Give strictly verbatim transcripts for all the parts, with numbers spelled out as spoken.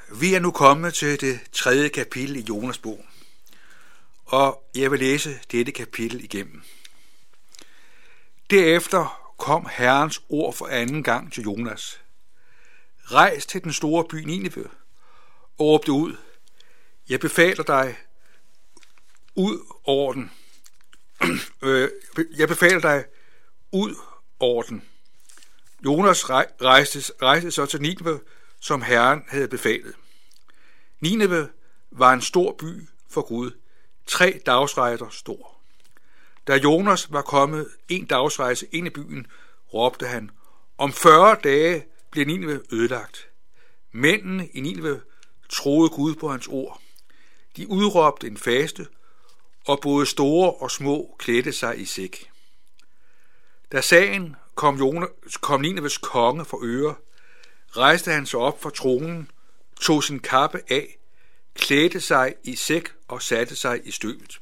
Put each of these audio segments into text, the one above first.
Vi er nu kommet til det tredje kapitel i Jonas bog, og jeg vil læse dette kapitel igennem. Derefter kom Herrens ord for anden gang til Jonas. Rejs til den store by Nineve og råbte ud. Jeg befaler dig ud over den. jeg befaler dig ud over den. Jonas rejste, rejste så til Nineve, som Herren havde befalet. Nineve var en stor by for Gud, tre dagsrejser stor. Da Jonas var kommet en dagsrejse ind i byen, råbte han, om fyrre dage bliver Nineve ødelagt. Mændene i Nineve troede Gud på hans ord. De udråbte en faste, og både store og små klædte sig i sæk. Da sagen kom, Jonas, kom Nineves konge for øre, rejste han sig op fra tronen, tog sin kappe af, klædte sig i sæk og satte sig i støvet.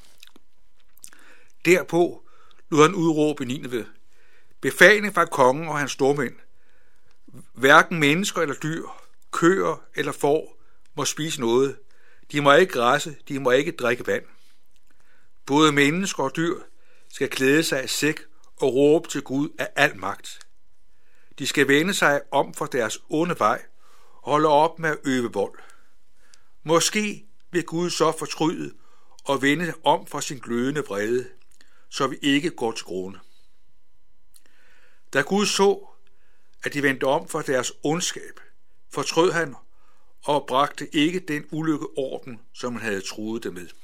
Derpå lod han udråbe Nineve, befaling fra kongen og hans stormænd. Hverken mennesker eller dyr, køer eller får må spise noget. De må ikke græsse, de må ikke drikke vand. Både mennesker og dyr skal klæde sig i sæk og råbe til Gud af al magt. De skal vende sig om for deres onde vej og holde op med at øve vold. Måske vil Gud så fortryde og vende om for sin glødende vrede, så vi ikke går til grunde. Da Gud så, at de vendte om for deres ondskab, fortrød han og bragte ikke den ulykke orden, som han havde truet dem med.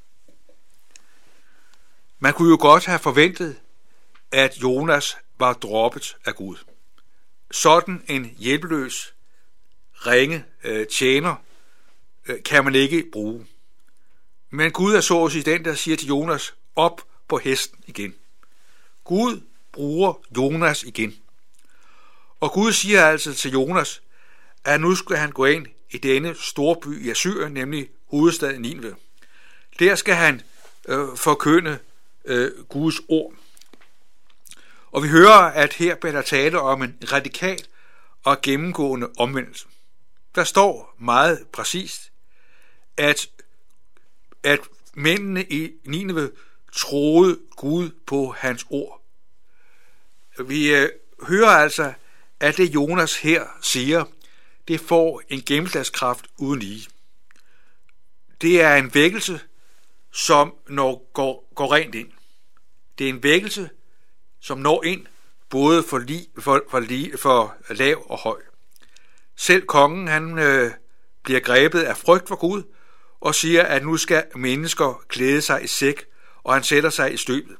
Man kunne jo godt have forventet, at Jonas var droppet af Gud. Sådan en hjælpeløs, ringe øh, tjener øh, kan man ikke bruge. Men Gud er så at sige den, der siger til Jonas, op på hesten igen. Gud bruger Jonas igen. Og Gud siger altså til Jonas, at nu skal han gå ind i denne store by i Assyrien, nemlig hovedstaden Nineve. Der skal han øh, forkynde øh, Guds ord. Og vi hører, at her bliver der tale om en radikal og gennemgående omvendelse. Der står meget præcist, at, at mændene i Nineve troede Gud på hans ord. Vi øh, hører altså, at det Jonas her siger, det får en gennemslagskraft uden lige. Det er en vækkelse, som når går, går rent ind. Det er en vækkelse, som når ind både for, li, for, for, li, for lav og høj. Selv kongen han øh, bliver grebet af frygt for Gud og siger, at nu skal mennesker klæde sig i sæk, og han sætter sig i støvet.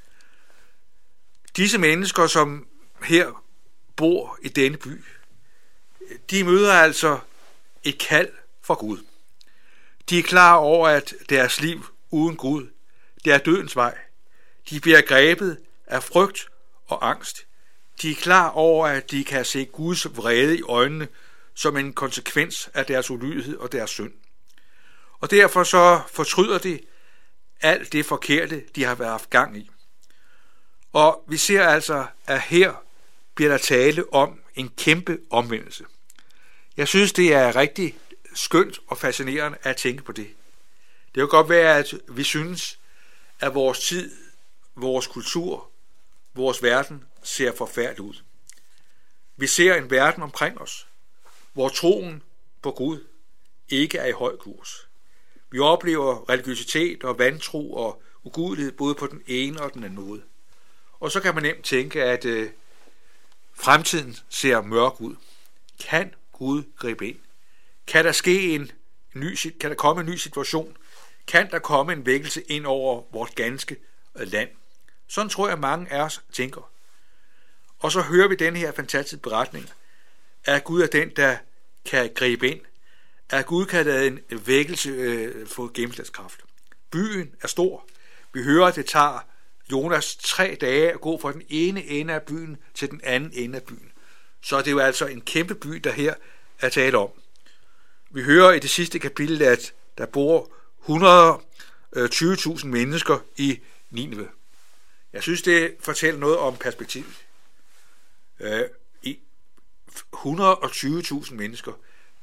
Disse mennesker, som her bor i denne by, de møder altså et kald fra Gud. De er klar over, at deres liv uden Gud, det er dødens vej. De bliver grebet af frygt og angst. De er klar over, at de kan se Guds vrede i øjnene som en konsekvens af deres ulydighed og deres synd. Og derfor så fortryder de alt det forkerte, de har været haft gang i. Og vi ser altså, at her bliver der tale om en kæmpe omvendelse. Jeg synes, det er rigtig skønt og fascinerende at tænke på det. Det kan godt være, at vi synes, at vores tid, vores kultur, vores verden ser forfærdelig ud. Vi ser en verden omkring os, hvor troen på Gud ikke er i høj kurs. Vi oplever religiøsitet og vantro og ugudelighed både på den ene og den anden måde. Og så kan man nemt tænke, at øh, fremtiden ser mørk ud. Kan Gud gribe ind? Kan der ske en ny, kan der komme en ny situation? Kan der komme en vækkelse ind over vort ganske land? Sådan tror jeg, mange af os tænker. Og så hører vi den her fantastiske beretning, at Gud er den, der kan gribe ind. At Gud kan lade en vækkelse øh, få gennemslagskraft. Byen er stor. Vi hører, at det tager Jonas tre dage at gå fra den ene ende af byen til den anden ende af byen. Så det er jo altså en kæmpe by, der her er tale om. Vi hører i det sidste kapitel, at der bor et hundrede og tyve tusind mennesker i Nineve. Jeg synes, det fortæller noget om perspektivet. Øh, i et hundrede og tyve tusind mennesker,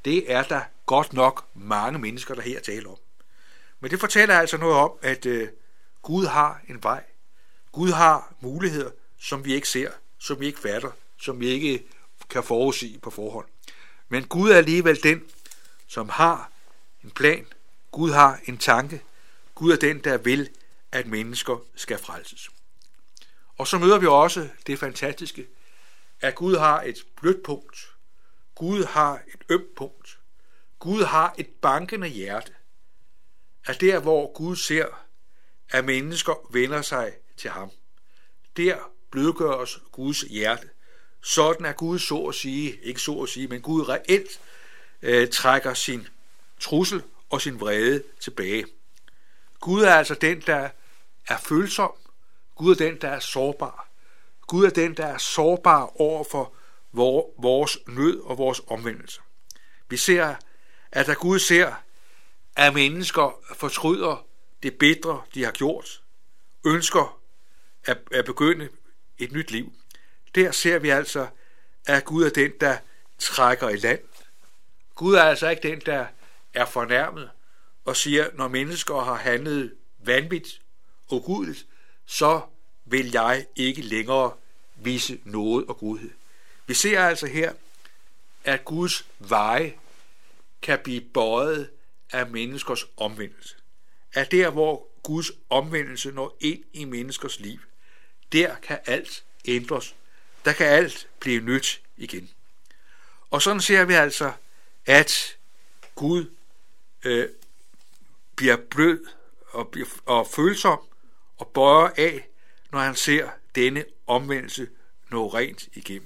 Det er der godt nok mange mennesker, der her taler om. Men det fortæller altså noget om, at øh, Gud har en vej. Gud har muligheder, som vi ikke ser, som vi ikke fatter, som vi ikke kan forudsige på forhånd. Men Gud er alligevel den, som har en plan. Gud har en tanke. Gud er den, der vil, at mennesker skal frelses. Og så møder vi også det fantastiske, at Gud har et blødt punkt. Gud har et ømt punkt. Gud har et bankende hjerte. At der, hvor Gud ser, at mennesker vender sig til ham, der blødgøres Guds hjerte. Sådan er Gud så at sige, ikke så at sige, men Gud reelt øh, trækker sin trussel og sin vrede tilbage. Gud er altså den, der er følsom. Gud er den, der er sårbar. Gud er den, der er sårbar over for vores nød og vores omvendelse. Vi ser, at da Gud ser, at mennesker fortryder det bitre, de har gjort, ønsker at, at begynde et nyt liv, der ser vi altså, at Gud er den, der trækker i land. Gud er altså ikke den, der er fornærmet og siger, når mennesker har handlet vanvittigt og ugudeligt, så vil jeg ikke længere vise noget og godhed. Vi ser altså her, at Guds veje kan blive bøjet af menneskers omvendelse. At der, hvor Guds omvendelse når ind i menneskers liv, der kan alt ændres. Der kan alt blive nyt igen. Og sådan ser vi altså, at Gud øh, bliver blød og, bliver, og følsom og bøjer af, når han ser denne omvendelse nå rent igennem.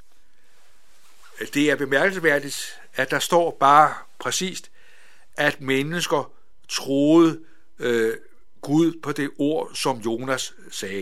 Det er bemærkelsesværdigt, at der står bare præcist, at mennesker troede øh, Gud på det ord, som Jonas sagde.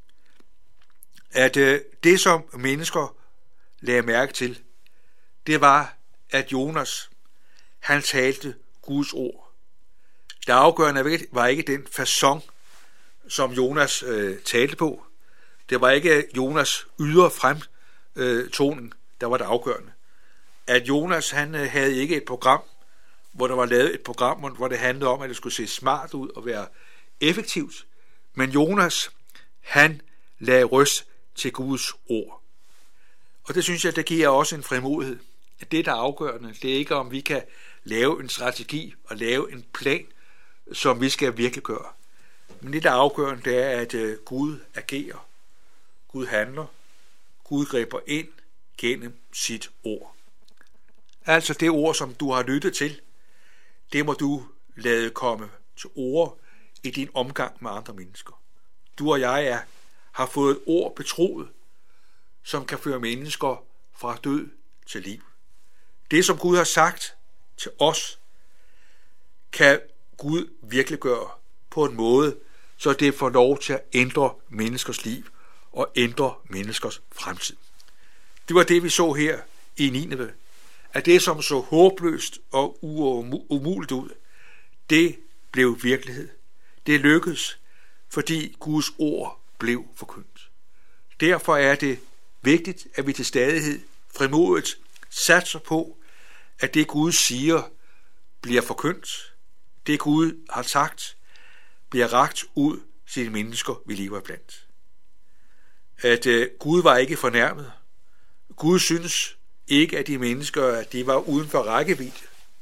At øh, det, som mennesker lagde mærke til, det var, at Jonas, han talte Guds ord. Det afgørende var ikke den facon, som Jonas øh, talte på. Det var ikke Jonas ydre fremtoning, der var det afgørende. At Jonas, han øh, havde ikke et program, hvor der var lavet et program, hvor det handlede om, at det skulle se smart ud og være effektivt. Men Jonas, han lagde røst til Guds ord. Og det synes jeg, det giver også en frimodighed. At det, der er afgørende, det er ikke, om vi kan lave en strategi og lave en plan, som vi skal virkelig gøre. Men det, der er afgørende, det er, at uh, Gud agerer. Gud handler. Gud griber ind gennem sit ord. Altså det ord, som du har lyttet til, det må du lade komme til ord i din omgang med andre mennesker. Du og jeg er, har fået et ord betroet, som kan føre mennesker fra død til liv. Det, som Gud har sagt til os, kan Gud virkelig gøre på en måde, så det får lov til at ændre menneskers liv og ændre menneskers fremtid. Det var det, vi så her i Nineve. At det, som så håbløst og umuligt ud, det blev virkelighed. Det lykkedes, fordi Guds ord blev forkyndt. Derfor er det vigtigt, at vi til stadighed frimodigt satser på, at det Gud siger bliver forkyndt. Det Gud har sagt bliver rakt ud til de mennesker, vi lever blandt. At uh, Gud var ikke fornærmet. Gud synes ikke, at de mennesker, at de var uden for rækkevidde.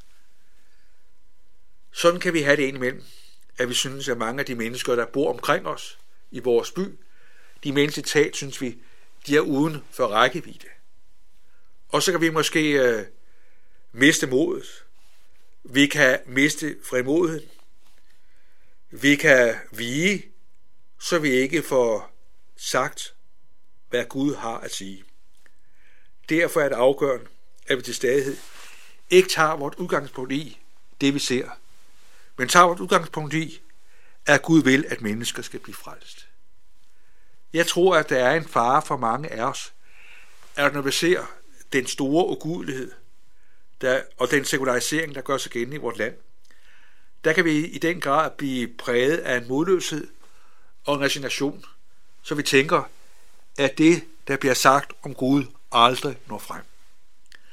Sådan kan vi have det indimellem, at vi synes, at mange af de mennesker, der bor omkring os i vores by, de menneskeligt talt, synes vi, de er uden for rækkevidde. Og så kan vi måske øh, miste modet. Vi kan miste frimodigheden. Vi kan vige, så vi ikke får sagt, hvad Gud har at sige. Derfor er det afgørende, at vi til stadighed ikke tager vores udgangspunkt i det, vi ser, men tager vores udgangspunkt i, at Gud vil, at mennesker skal blive frelst. Jeg tror, at der er en fare for mange af os, at når vi ser den store ugudelighed der, og den sekularisering, der gør sig gældende i vores land, der kan vi i den grad blive præget af en modløshed og en resignation, så vi tænker, at det, der bliver sagt om Gud, aldrig når frem.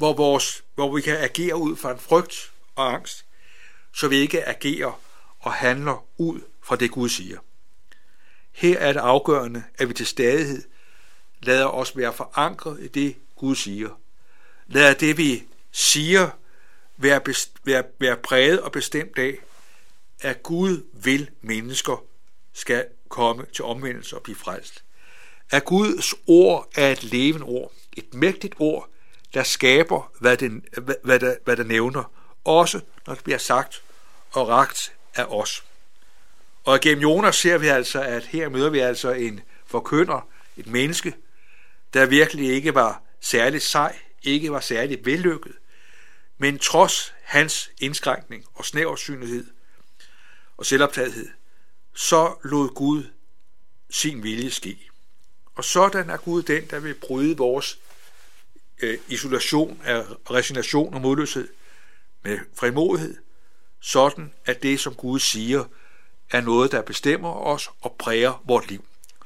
hvor, vores, hvor vi kan agere ud fra en frygt og angst, så vi ikke agerer og handler ud fra det Gud siger. Her er det afgørende, at vi til stadighed lader os være forankret i det Gud siger. Lader det vi siger være, best, være, være præget og bestemt af, at Gud vil mennesker skal komme til omvendelse og blive frelst. At Guds ord er et levende ord, et mægtigt ord, der skaber, hvad det, hvad der, hvad der nævner, også når det bliver sagt og rakt af os. Og gennem Jonas ser vi altså, at her møder vi altså en forkynder, et menneske, der virkelig ikke var særlig sej, ikke var særlig vellykket, men trods hans indskrænkning og snæversynlighed og selvoptagethed, så lod Gud sin vilje ske. Og sådan er Gud den, der vil bryde vores øh, isolation af resignation og modløshed med frimodighed, sådan at det, som Gud siger, er noget, der bestemmer os og præger vort liv.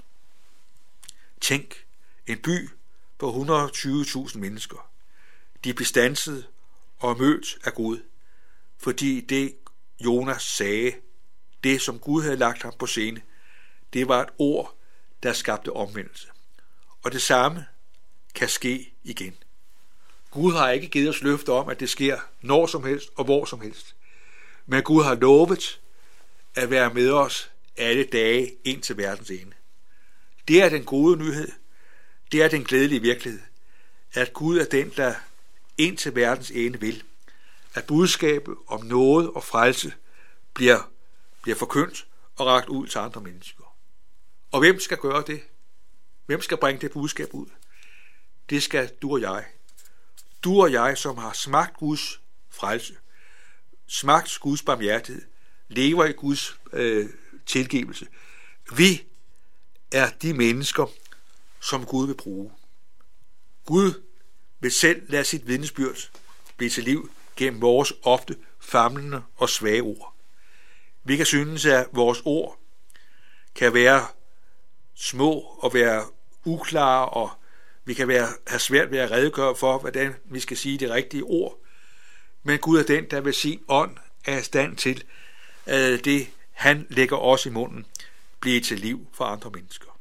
Tænk, en by på et hundrede og tyve tusind mennesker. De blev standset og mødt af Gud, fordi det Jonas sagde, det som Gud havde lagt ham på scene, det var et ord, der skabte omvendelse. Og det samme kan ske igen. Gud har ikke givet os løfte om, at det sker når som helst og hvor som helst. Men Gud har lovet at være med os alle dage ind til verdens ende. Det er den gode nyhed. Det er den glædelige virkelighed. At Gud er den, der ind til verdens ende vil. At budskabet om nåde og frelse bliver, bliver forkyndt og rakt ud til andre mennesker. Og hvem skal gøre det? Hvem skal bringe det budskab ud? Det skal du og jeg. Du og jeg, som har smagt Guds frelse, smagt Guds barmhjertighed, lever i Guds øh, tilgivelse. Vi er de mennesker, som Gud vil bruge. Gud vil selv lade sit vidnesbyrd blive til liv gennem vores ofte famlende og svage ord. Vi kan synes, at vores ord kan være små og være uklare, og vi kan være, have svært ved at redegøre for, hvordan vi skal sige det rigtige ord. Men Gud er den, der ved sin ånd er i stand til, at det, han lægger os i munden, bliver til liv for andre mennesker.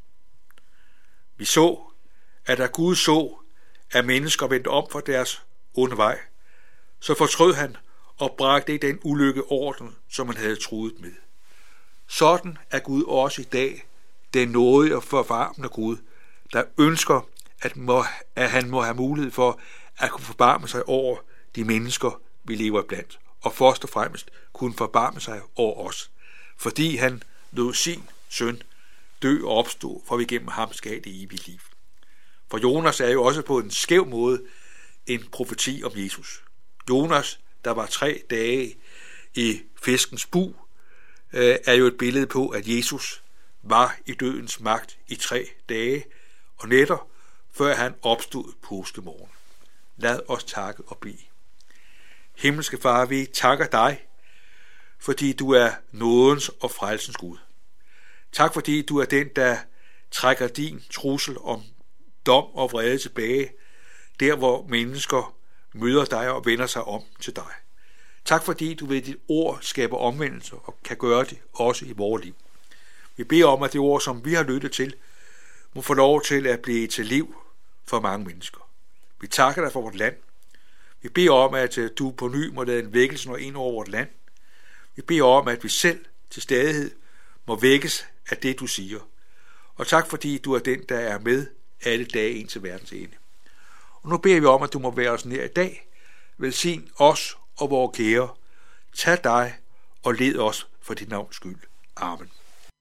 Vi så, at da Gud så, at mennesker vendte om for deres onde vej, så fortrød han og bragte i den ulykke orden, som han havde truet med. Sådan er Gud også i dag den nådige og forbarmende Gud, der ønsker, at, må, at han må have mulighed for at kunne forbarme sig over de mennesker, vi lever blandt, og først og fremmest kunne forbarme sig over os, fordi han lod sin søn dø og opstå, for vi gennem ham skal det evige liv. For Jonas er jo også på en skæv måde en profeti om Jesus. Jonas, der var tre dage i fiskens bug, er jo et billede på, at Jesus var i dødens magt i tre dage, og netop før han opstod påskemorgen. Lad os takke og bede. Himmelske Far, vi takker dig, fordi du er nådens og frelsens Gud. Tak fordi du er den, der trækker din trussel om dom og vrede tilbage, der hvor mennesker møder dig og vender sig om til dig. Tak fordi du ved dit ord skaber omvendelse og kan gøre det også i vores liv. Vi beder om, at det ord, som vi har lyttet til, må få lov til at blive til liv for mange mennesker. Vi takker dig for vort land. Vi beder om, at du på ny må lade en vækkelse nå ind over vort land. Vi beder om, at vi selv til stadighed må vækkes af det, du siger. Og tak fordi du er den, der er med alle dage ind til verdens ende. Og nu beder vi om, at du må være os nær i dag. Velsign os og vores kære. Tag dig og led os for dit navns skyld. Amen.